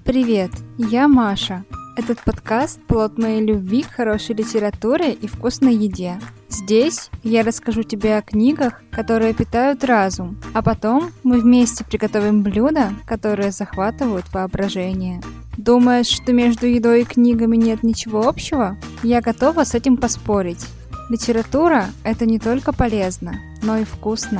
Привет, я Маша. Этот подкаст – плод моей любви к хорошей литературе и вкусной еде. Здесь я расскажу тебе о книгах, которые питают разум, а потом мы вместе приготовим блюда, которые захватывают воображение. Думаешь, что между едой и книгами нет ничего общего? Я готова с этим поспорить. Литература – это не только полезно, но и вкусно.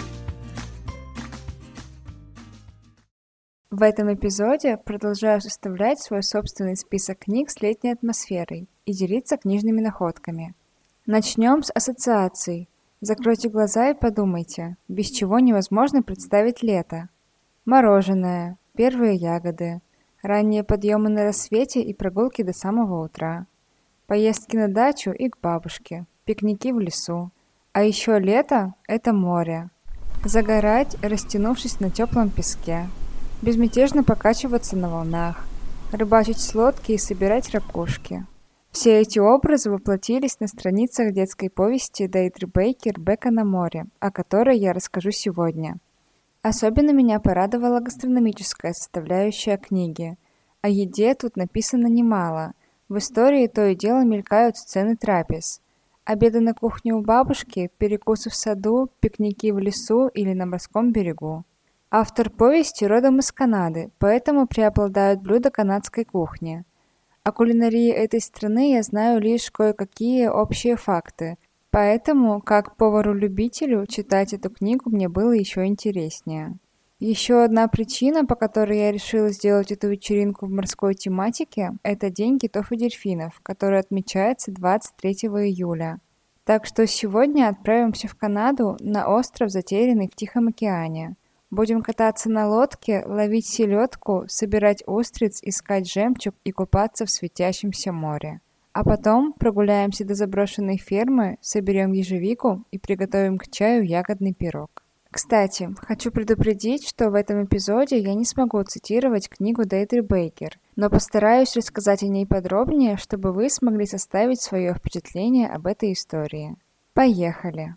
В этом эпизоде продолжаю составлять свой собственный список книг с летней атмосферой и делиться книжными находками. Начнем с ассоциаций. Закройте глаза и подумайте, без чего невозможно представить лето. Мороженое, первые ягоды, ранние подъемы на рассвете и прогулки до самого утра, поездки на дачу и к бабушке, пикники в лесу. А еще лето – это море. Загорать, растянувшись на теплом песке. Безмятежно покачиваться на волнах, рыбачить с лодки и собирать ракушки. Все эти образы воплотились на страницах детской повести Дейдры Бейкер «Бека на море», о которой я расскажу сегодня. Особенно меня порадовала гастрономическая составляющая книги. О еде тут написано немало. В истории то и дело мелькают сцены трапез. Обеды на кухне у бабушки, перекусы в саду, пикники в лесу или на морском берегу. Автор повести родом из Канады, поэтому преобладают блюда канадской кухни. О кулинарии этой страны я знаю лишь кое-какие общие факты, поэтому, как повару-любителю, читать эту книгу мне было еще интереснее. Еще одна причина, по которой я решила сделать эту вечеринку в морской тематике, это День китов и дельфинов, который отмечается 23 июля. Так что сегодня отправимся в Канаду на остров, затерянный в Тихом океане. Будем кататься на лодке, ловить селедку, собирать устриц, искать жемчуг и купаться в светящемся море. А потом прогуляемся до заброшенной фермы, соберем ежевику и приготовим к чаю ягодный пирог. Кстати, хочу предупредить, что в этом эпизоде я не смогу цитировать книгу Дейдры Бейкер, но постараюсь рассказать о ней подробнее, чтобы вы смогли составить свое впечатление об этой истории. Поехали!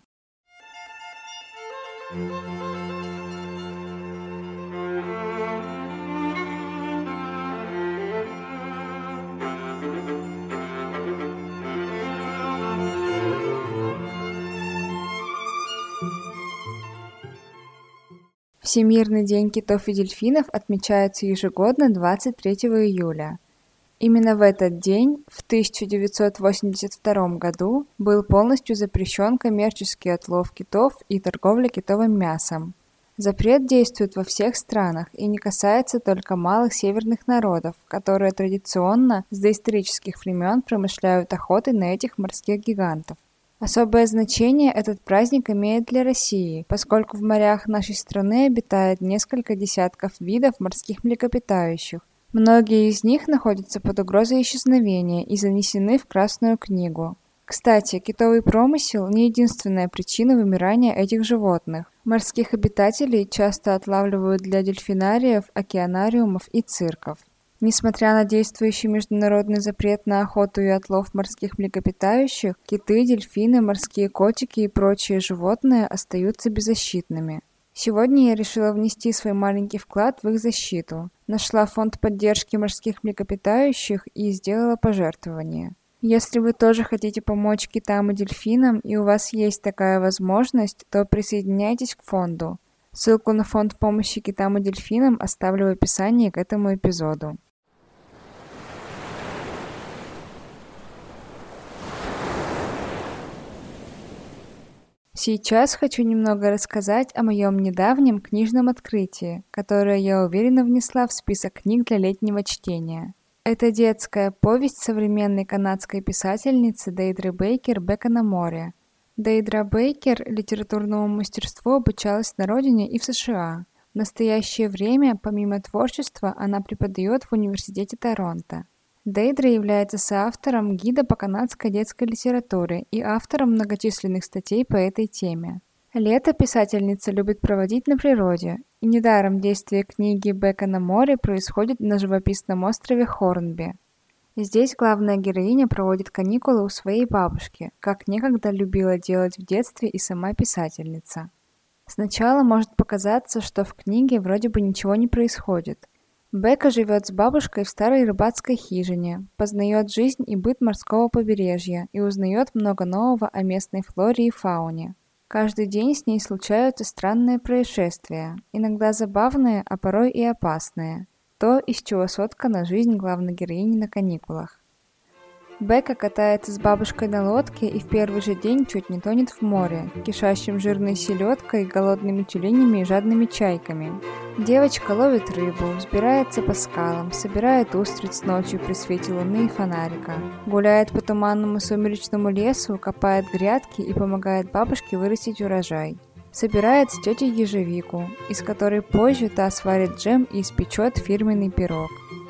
Всемирный день китов и дельфинов отмечается ежегодно 23 июля. Именно в этот день, в 1982 году, был полностью запрещен коммерческий отлов китов и торговля китовым мясом. Запрет действует во всех странах и не касается только малых северных народов, которые традиционно с доисторических времен промышляют охотой на этих морских гигантов. Особое значение этот праздник имеет для России, поскольку в морях нашей страны обитает несколько десятков видов морских млекопитающих. Многие из них находятся под угрозой исчезновения и занесены в Красную книгу. Кстати, китовый промысел – не единственная причина вымирания этих животных. Морских обитателей часто отлавливают для дельфинариев, океанариумов и цирков. Несмотря на действующий международный запрет на охоту и отлов морских млекопитающих, киты, дельфины, морские котики и прочие животные остаются беззащитными. Сегодня я решила внести свой маленький вклад в их защиту. Нашла фонд поддержки морских млекопитающих и сделала пожертвование. Если вы тоже хотите помочь китам и дельфинам, и у вас есть такая возможность, то присоединяйтесь к фонду. Ссылку на фонд помощи китам и дельфинам оставлю в описании к этому эпизоду. Сейчас хочу немного рассказать о моем недавнем книжном открытии, которое, я уверена, внесла в список книг для летнего чтения. Это детская повесть современной канадской писательницы Дейдры Бейкер «Бека на море». Дейдра Бейкер литературному мастерству обучалась на родине и в США. В настоящее время, помимо творчества, она преподает в Университете Торонто. Дейдра является соавтором гида по канадской детской литературе и автором многочисленных статей по этой теме. Лето писательница любит проводить на природе, и недаром действие книги «Бека на море» происходит на живописном острове Хорнби. Здесь главная героиня проводит каникулы у своей бабушки, как некогда любила делать в детстве и сама писательница. Сначала может показаться, что в книге вроде бы ничего не происходит. Бека живет с бабушкой в старой рыбацкой хижине, познает жизнь и быт морского побережья и узнает много нового о местной флоре и фауне. Каждый день с ней случаются странные происшествия, иногда забавные, а порой и опасные. То, из чего соткана жизнь главной героини на каникулах. Бека катается с бабушкой на лодке и в первый же день чуть не тонет в море, кишащим жирной селедкой, голодными тюленями и жадными чайками. Девочка ловит рыбу, взбирается по скалам, собирает устриц ночью при свете луны и фонарика, гуляет по туманному сумеречному лесу, копает грядки и помогает бабушке вырастить урожай. Собирает с тетей ежевику, из которой позже та сварит джем и испечет фирменный пирог.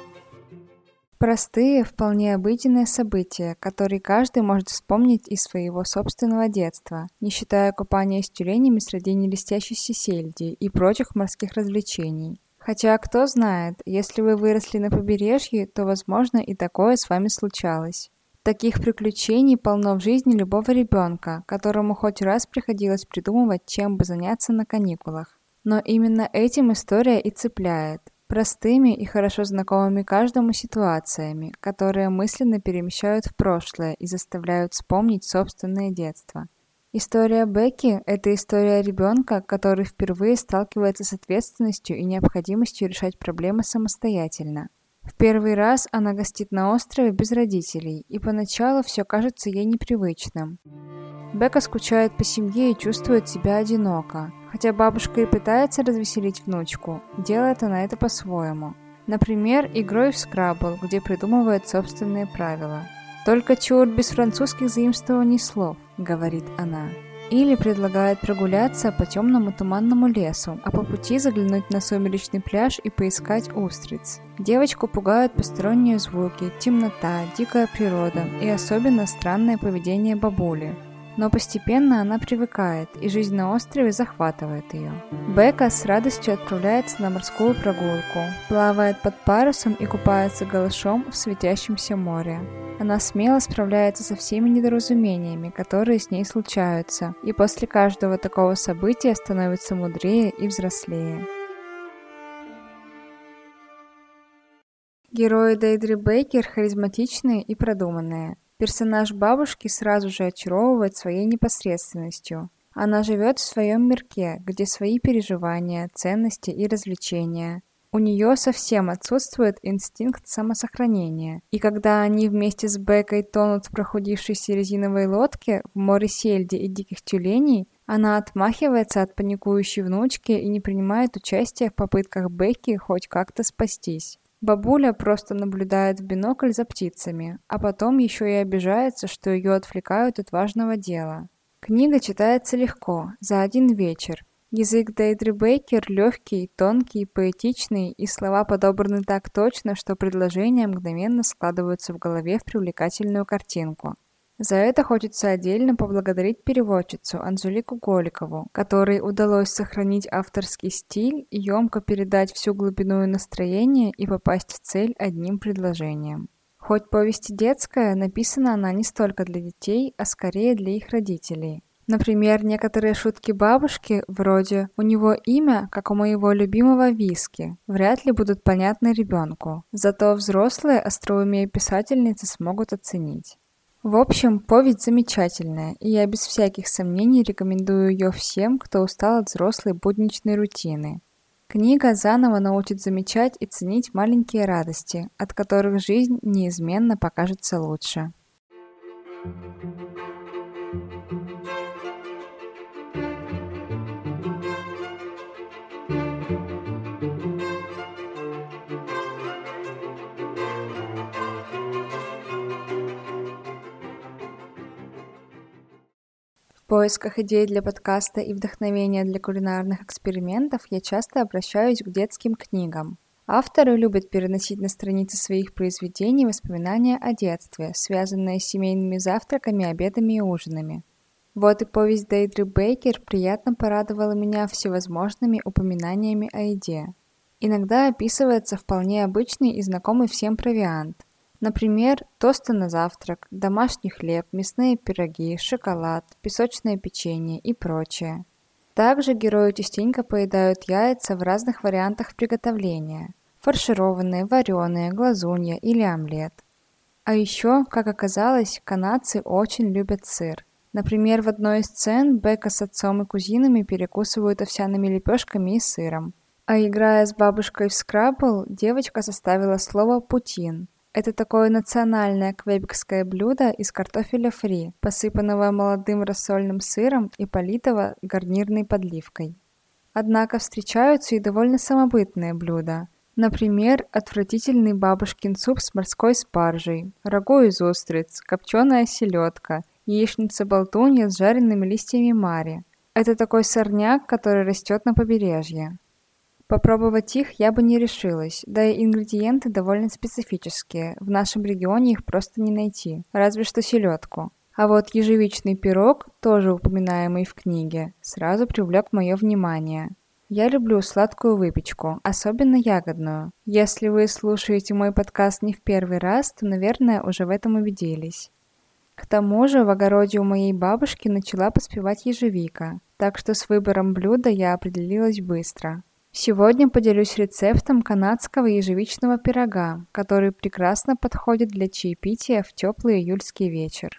Простые, вполне обыденные события, которые каждый может вспомнить из своего собственного детства, не считая купания с тюленями среди нелистящейся сельди и прочих морских развлечений. Хотя, кто знает, если вы выросли на побережье, то, возможно, и такое с вами случалось. Таких приключений полно в жизни любого ребенка, которому хоть раз приходилось придумывать, чем бы заняться на каникулах. Но именно этим история и цепляет. Простыми и хорошо знакомыми каждому ситуациями, которые мысленно перемещают в прошлое и заставляют вспомнить собственное детство. История Бекки – это история ребенка, который впервые сталкивается с ответственностью и необходимостью решать проблемы самостоятельно. В первый раз она гостит на острове без родителей, и поначалу все кажется ей непривычным. Бека скучает по семье и чувствует себя одиноко. Хотя бабушка и пытается развеселить внучку, делает она это по-своему. Например, игрой в скрабл, где придумывает собственные правила. «Только чур без французских заимствований слов», — говорит она. Или предлагает прогуляться по темному туманному лесу, а по пути заглянуть на сумеречный пляж и поискать устриц. Девочку пугают посторонние звуки, темнота, дикая природа и особенно странное поведение бабули. Но постепенно она привыкает, и жизнь на острове захватывает ее. Бека с радостью отправляется на морскую прогулку, плавает под парусом и купается голышом в светящемся море. Она смело справляется со всеми недоразумениями, которые с ней случаются, и после каждого такого события становится мудрее и взрослее. Герои Дейдри Бейкер харизматичные и продуманные. Персонаж бабушки сразу же очаровывает своей непосредственностью. Она живет в своем мирке, где свои переживания, ценности и развлечения. У нее совсем отсутствует инстинкт самосохранения. И когда они вместе с Бекой тонут в прохудившейся резиновой лодке в море сельди и диких тюленей, она отмахивается от паникующей внучки и не принимает участия в попытках Бекки хоть как-то спастись. Бабуля просто наблюдает в бинокль за птицами, а потом еще и обижается, что ее отвлекают от важного дела. Книга читается легко, за один вечер. Язык Дейдри Бейкер легкий, тонкий, поэтичный, и слова подобраны так точно, что предложения мгновенно складываются в голове в привлекательную картинку. За это хочется отдельно поблагодарить переводчицу Анжелику Голикову, которой удалось сохранить авторский стиль, емко передать всю глубину и настроение и попасть в цель одним предложением. Хоть повесть детская, написана она не столько для детей, а скорее для их родителей. Например, некоторые шутки бабушки, вроде «у него имя, как у моего любимого виски», вряд ли будут понятны ребенку, зато взрослые остроумие писательницы смогут оценить. В общем, повесть замечательная, и я без всяких сомнений рекомендую ее всем, кто устал от взрослой будничной рутины. Книга заново научит замечать и ценить маленькие радости, от которых жизнь неизменно покажется лучше. В поисках идей для подкаста и вдохновения для кулинарных экспериментов я часто обращаюсь к детским книгам. Авторы любят переносить на страницы своих произведений воспоминания о детстве, связанные с семейными завтраками, обедами и ужинами. Вот и повесть Дейдри Бейкер приятно порадовала меня всевозможными упоминаниями о еде. Иногда описывается вполне обычный и знакомый всем провиант. Например, тосты на завтрак, домашний хлеб, мясные пироги, шоколад, песочное печенье и прочее. Также герои частенько поедают яйца в разных вариантах приготовления. фаршированные, вареные, глазунья или омлет. А еще, как оказалось, канадцы очень любят сыр. Например, в одной из сцен Бека с отцом и кузинами перекусывают овсяными лепешками и сыром. А играя с бабушкой в скрабл, девочка составила слово «путин». Это такое национальное квебекское блюдо из картофеля фри, посыпанного молодым рассольным сыром и политого гарнирной подливкой. Однако встречаются и довольно самобытные блюда. Например, отвратительный бабушкин суп с морской спаржей, рагу из устриц, копченая селедка, яичница-болтунья с жареными листьями мари. Это такой сорняк, который растет на побережье. Попробовать их я бы не решилась, да и ингредиенты довольно специфические, в нашем регионе их просто не найти, разве что селедку. А вот ежевичный пирог, тоже упоминаемый в книге, сразу привлек мое внимание. Я люблю сладкую выпечку, особенно ягодную. Если вы слушаете мой подкаст не в первый раз, то, наверное, уже в этом убедились. К тому же в огороде у моей бабушки начала поспевать ежевика, так что с выбором блюда я определилась быстро. Сегодня поделюсь рецептом канадского ежевичного пирога, который прекрасно подходит для чаепития в теплый июльский вечер.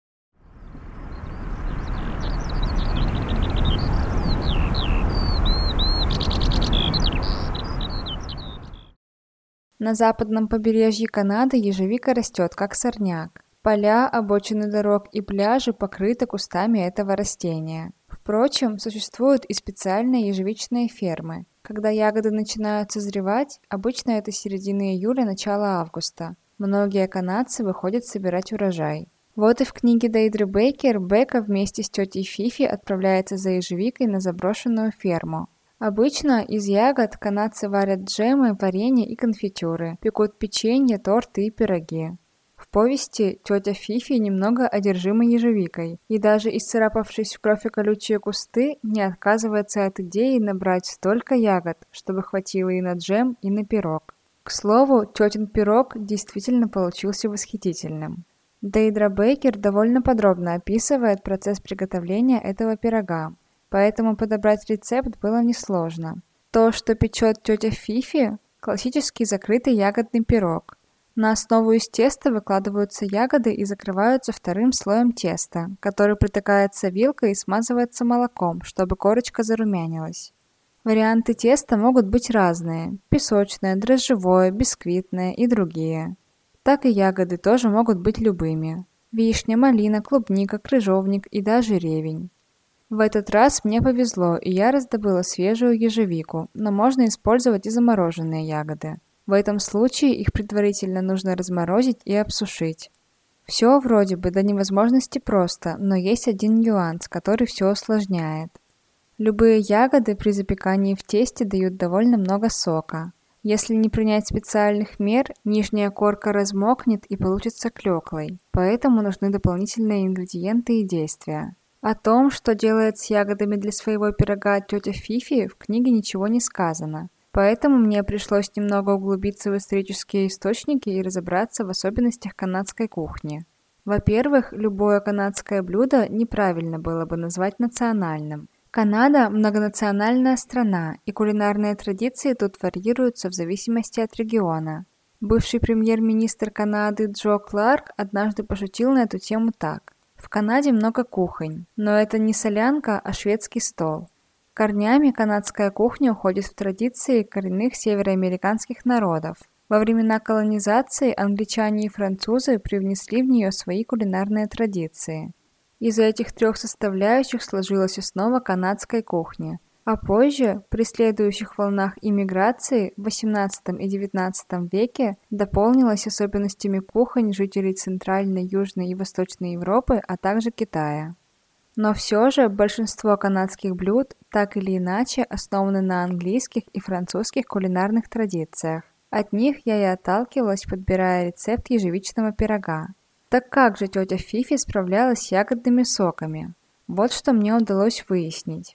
На западном побережье Канады ежевика растет как сорняк. Поля, обочины дорог и пляжи покрыты кустами этого растения. Впрочем, существуют и специальные ежевичные фермы. Когда ягоды начинают созревать, обычно это середина июля, начало августа. Многие канадцы выходят собирать урожай. Вот и в книге Дейдры Бейкер Бека вместе с тетей Фифи отправляется за ежевикой на заброшенную ферму. Обычно из ягод канадцы варят джемы, варенье и конфитюры, пекут печенье, торты и пироги. В повести тетя Фифи немного одержима ежевикой, и даже исцарапавшись в кровь и колючие кусты, не отказывается от идеи набрать столько ягод, чтобы хватило и на джем, и на пирог. К слову, тетин пирог действительно получился восхитительным. Дейдра Бейкер довольно подробно описывает процесс приготовления этого пирога, поэтому подобрать рецепт было несложно. То, что печет тетя Фифи – классический закрытый ягодный пирог. На основу из теста выкладываются ягоды и закрываются вторым слоем теста, который протыкается вилкой и смазывается молоком, чтобы корочка зарумянилась. Варианты теста могут быть разные – песочное, дрожжевое, бисквитное и другие. Так и ягоды тоже могут быть любыми – вишня, малина, клубника, крыжовник и даже ревень. В этот раз мне повезло, и я раздобыла свежую ежевику, но можно использовать и замороженные ягоды. В этом случае их предварительно нужно разморозить и обсушить. Все вроде бы до невозможности просто, но есть один нюанс, который все усложняет. Любые ягоды при запекании в тесте дают довольно много сока. Если не принять специальных мер, нижняя корка размокнет и получится клёклой, поэтому нужны дополнительные ингредиенты и действия. О том, что делает с ягодами для своего пирога тетя Фифи, в книге ничего не сказано. Поэтому мне пришлось немного углубиться в исторические источники и разобраться в особенностях канадской кухни. Во-первых, любое канадское блюдо неправильно было бы назвать национальным. Канада – многонациональная страна, и кулинарные традиции тут варьируются в зависимости от региона. Бывший премьер-министр Канады Джо Кларк однажды пошутил на эту тему так. В Канаде много кухонь, но это не солянка, а шведский стол. Корнями канадская кухня уходит в традиции коренных североамериканских народов. Во времена колонизации англичане и французы привнесли в нее свои кулинарные традиции. Из этих трех составляющих сложилась основа канадской кухни. А позже, при следующих волнах иммиграции в XVIII и XIX веке, дополнилась особенностями кухонь жителей Центральной, Южной и Восточной Европы, а также Китая. Но все же большинство канадских блюд так или иначе основаны на английских и французских кулинарных традициях. От них я и отталкивалась, подбирая рецепт ежевичного пирога. Так как же тетя Фифи справлялась с ягодными соками? Вот что мне удалось выяснить.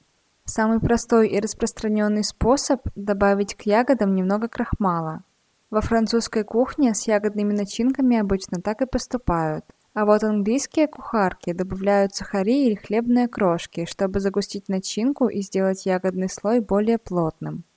Самый простой и распространенный способ – добавить к ягодам немного крахмала. Во французской кухне с ягодными начинками обычно так и поступают. А вот английские кухарки добавляют сухари или хлебные крошки, чтобы загустить начинку и сделать ягодный слой более плотным.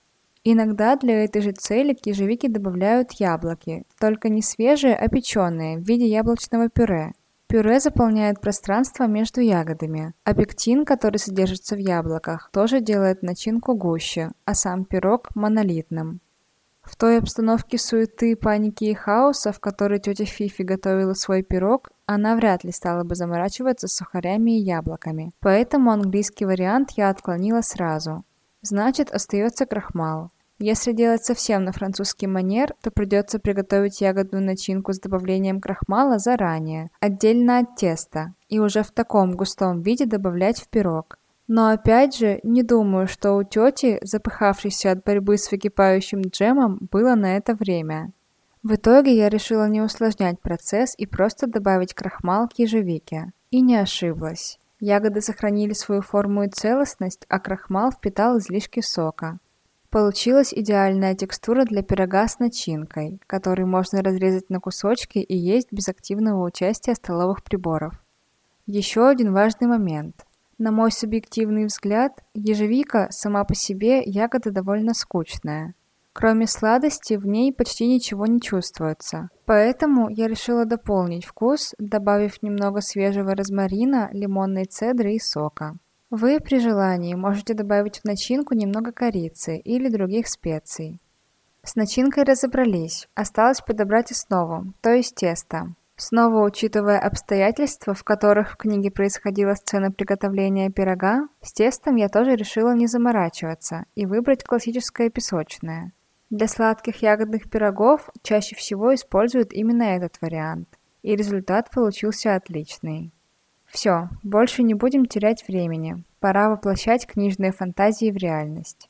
Иногда для этой же цели к ежевике добавляют яблоки, только не свежие, а печеные, в виде яблочного пюре. Пюре заполняет пространство между ягодами, а пектин, который содержится в яблоках, тоже делает начинку гуще, а сам пирог монолитным. В той обстановке суеты, паники и хаоса, в которой тетя Фифи готовила свой пирог, она вряд ли стала бы заморачиваться с сухарями и яблоками. Поэтому английский вариант я отклонила сразу. Значит, остается крахмал. Если делать совсем на французский манер, то придется приготовить ягодную начинку с добавлением крахмала заранее, отдельно от теста, и уже в таком густом виде добавлять в пирог. Но опять же, не думаю, что у тети, запыхавшейся от борьбы с выкипающим джемом, было на это время. В итоге я решила не усложнять процесс и просто добавить крахмал к ежевике. И не ошиблась. Ягоды сохранили свою форму и целостность, а крахмал впитал излишки сока. Получилась идеальная текстура для пирога с начинкой, который можно разрезать на кусочки и есть без активного участия столовых приборов. Еще один важный момент. На мой субъективный взгляд, ежевика сама по себе ягода довольно скучная. Кроме сладости, в ней почти ничего не чувствуется. Поэтому я решила дополнить вкус, добавив немного свежего розмарина, лимонной цедры и сока. Вы при желании можете добавить в начинку немного корицы или других специй. С начинкой разобрались, осталось подобрать основу, то есть тесто. Снова учитывая обстоятельства, в которых в книге происходила сцена приготовления пирога, с тестом я тоже решила не заморачиваться и выбрать классическое песочное. Для сладких ягодных пирогов чаще всего используют именно этот вариант, и результат получился отличный. Все, больше не будем терять времени, пора воплощать книжные фантазии в реальность.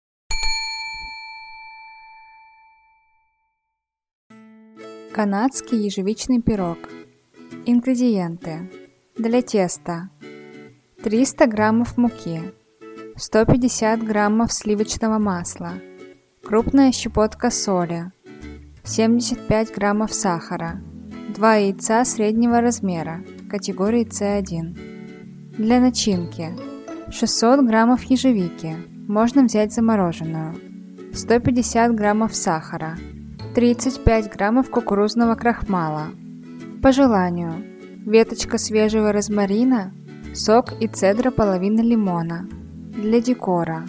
Канадский ежевичный пирог. Ингредиенты. Для теста 300 граммов муки, 150 граммов сливочного масла, крупная щепотка соли, 75 граммов сахара, 2 яйца среднего размера, категории С1. Для начинки 600 граммов ежевики, можно взять замороженную, 150 граммов сахара, 35 граммов кукурузного крахмала. По желанию, веточка свежего розмарина, сок и цедра половины лимона. Для декора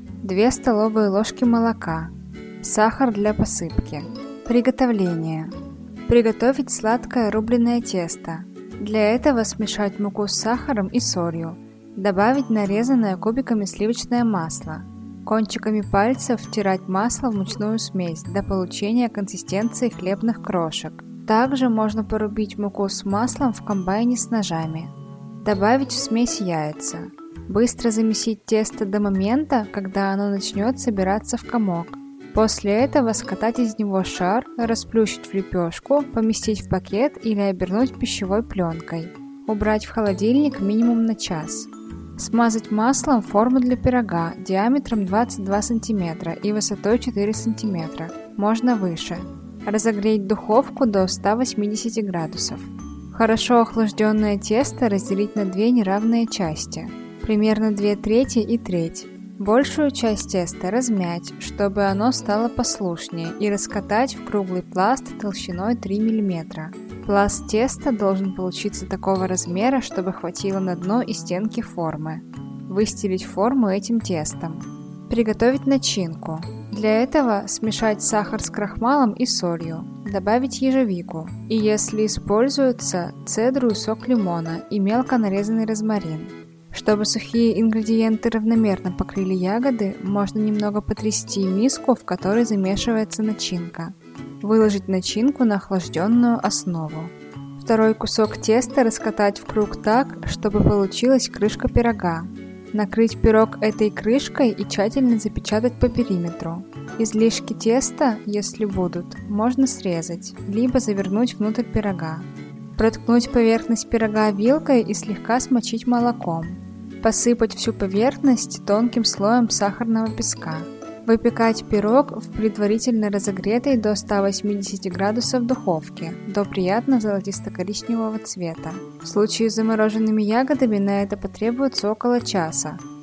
2 столовые ложки молока, сахар для посыпки. Приготовление. Приготовить сладкое рубленое тесто. Для этого смешать муку с сахаром и солью. Добавить нарезанное кубиками сливочное масло. Кончиками пальцев втирать масло в мучную смесь до получения консистенции хлебных крошек. Также можно порубить муку с маслом в комбайне с ножами. Добавить в смесь яйца. Быстро замесить тесто до момента, когда оно начнет собираться в комок. После этого скатать из него шар, расплющить в лепешку, поместить в пакет или обернуть пищевой пленкой. Убрать в холодильник минимум на час. Смазать маслом форму для пирога диаметром 22 см и высотой 4 см, можно выше. Разогреть духовку до 180 градусов. Хорошо охлажденное тесто разделить на 2 неравные части, примерно 2/3 и треть. Большую часть теста размять, чтобы оно стало послушнее, и раскатать в круглый пласт толщиной 3 мм. Пласт теста должен получиться такого размера, чтобы хватило на дно и стенки формы. Выстелить форму этим тестом. Приготовить начинку. Для этого смешать сахар с крахмалом и солью. Добавить ежевику. И если используется, цедру и сок лимона и мелко нарезанный розмарин. Чтобы сухие ингредиенты равномерно покрыли ягоды, можно немного потрясти миску, в которой замешивается начинка. Выложить начинку на охлажденную основу. Второй кусок теста раскатать в круг так, чтобы получилась крышка пирога. Накрыть пирог этой крышкой и тщательно запечатать по периметру. Излишки теста, если будут, можно срезать, либо завернуть внутрь пирога. Проткнуть поверхность пирога вилкой и слегка смочить молоком. Посыпать всю поверхность тонким слоем сахарного песка. Выпекать пирог в предварительно разогретой до 180 градусов духовке до приятно золотисто-коричневого цвета. В случае с замороженными ягодами на это потребуется около часа.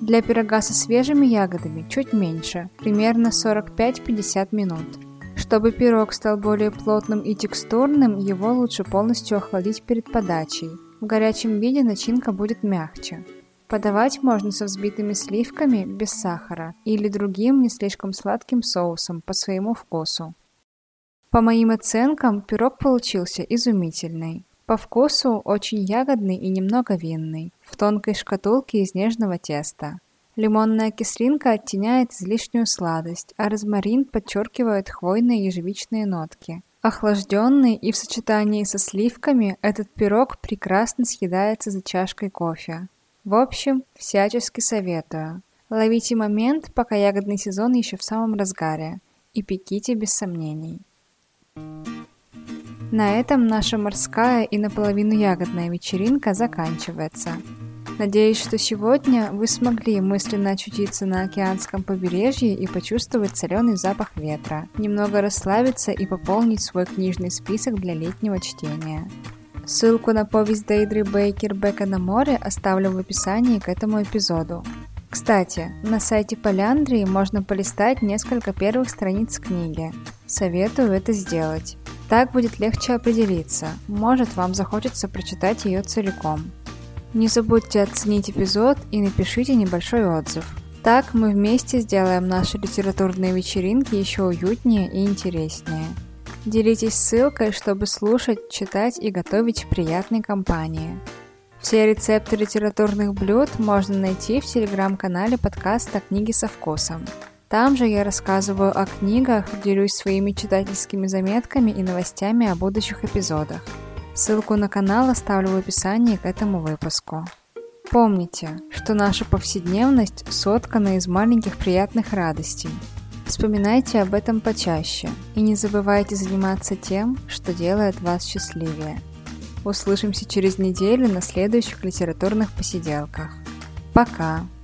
Для пирога со свежими ягодами чуть меньше, примерно 45-50 минут. Чтобы пирог стал более плотным и текстурным, его лучше полностью охладить перед подачей. В горячем виде начинка будет мягче. Подавать можно со взбитыми сливками без сахара или другим не слишком сладким соусом по своему вкусу. По моим оценкам, пирог получился изумительный. По вкусу очень ягодный и немного винный, в тонкой шкатулке из нежного теста. Лимонная кислинка оттеняет излишнюю сладость, а розмарин подчеркивает хвойные ежевичные нотки. Охлажденный и в сочетании со сливками, этот пирог прекрасно съедается за чашкой кофе. В общем, всячески советую. Ловите момент, пока ягодный сезон еще в самом разгаре, и пеките без сомнений. На этом наша морская и наполовину ягодная вечеринка заканчивается. Надеюсь, что сегодня вы смогли мысленно очутиться на океанском побережье и почувствовать соленый запах ветра, немного расслабиться и пополнить свой книжный список для летнего чтения. Ссылку на повесть Дейдры Бейкер «Бека на море» оставлю в описании к этому эпизоду. Кстати, на сайте Поляндрии можно полистать несколько первых страниц книги. Советую это сделать. Так будет легче определиться, может, вам захочется прочитать ее целиком. Не забудьте оценить эпизод и напишите небольшой отзыв. Так мы вместе сделаем наши литературные вечеринки еще уютнее и интереснее. Делитесь ссылкой, чтобы слушать, читать и готовить в приятной компании. Все рецепты литературных блюд можно найти в телеграм-канале подкаста «Книги со вкусом». Там же я рассказываю о книгах, делюсь своими читательскими заметками и новостями о будущих эпизодах. Ссылку на канал оставлю в описании к этому выпуску. Помните, что наша повседневность соткана из маленьких приятных радостей. Вспоминайте об этом почаще и не забывайте заниматься тем, что делает вас счастливее. Услышимся через неделю на следующих литературных посиделках. Пока!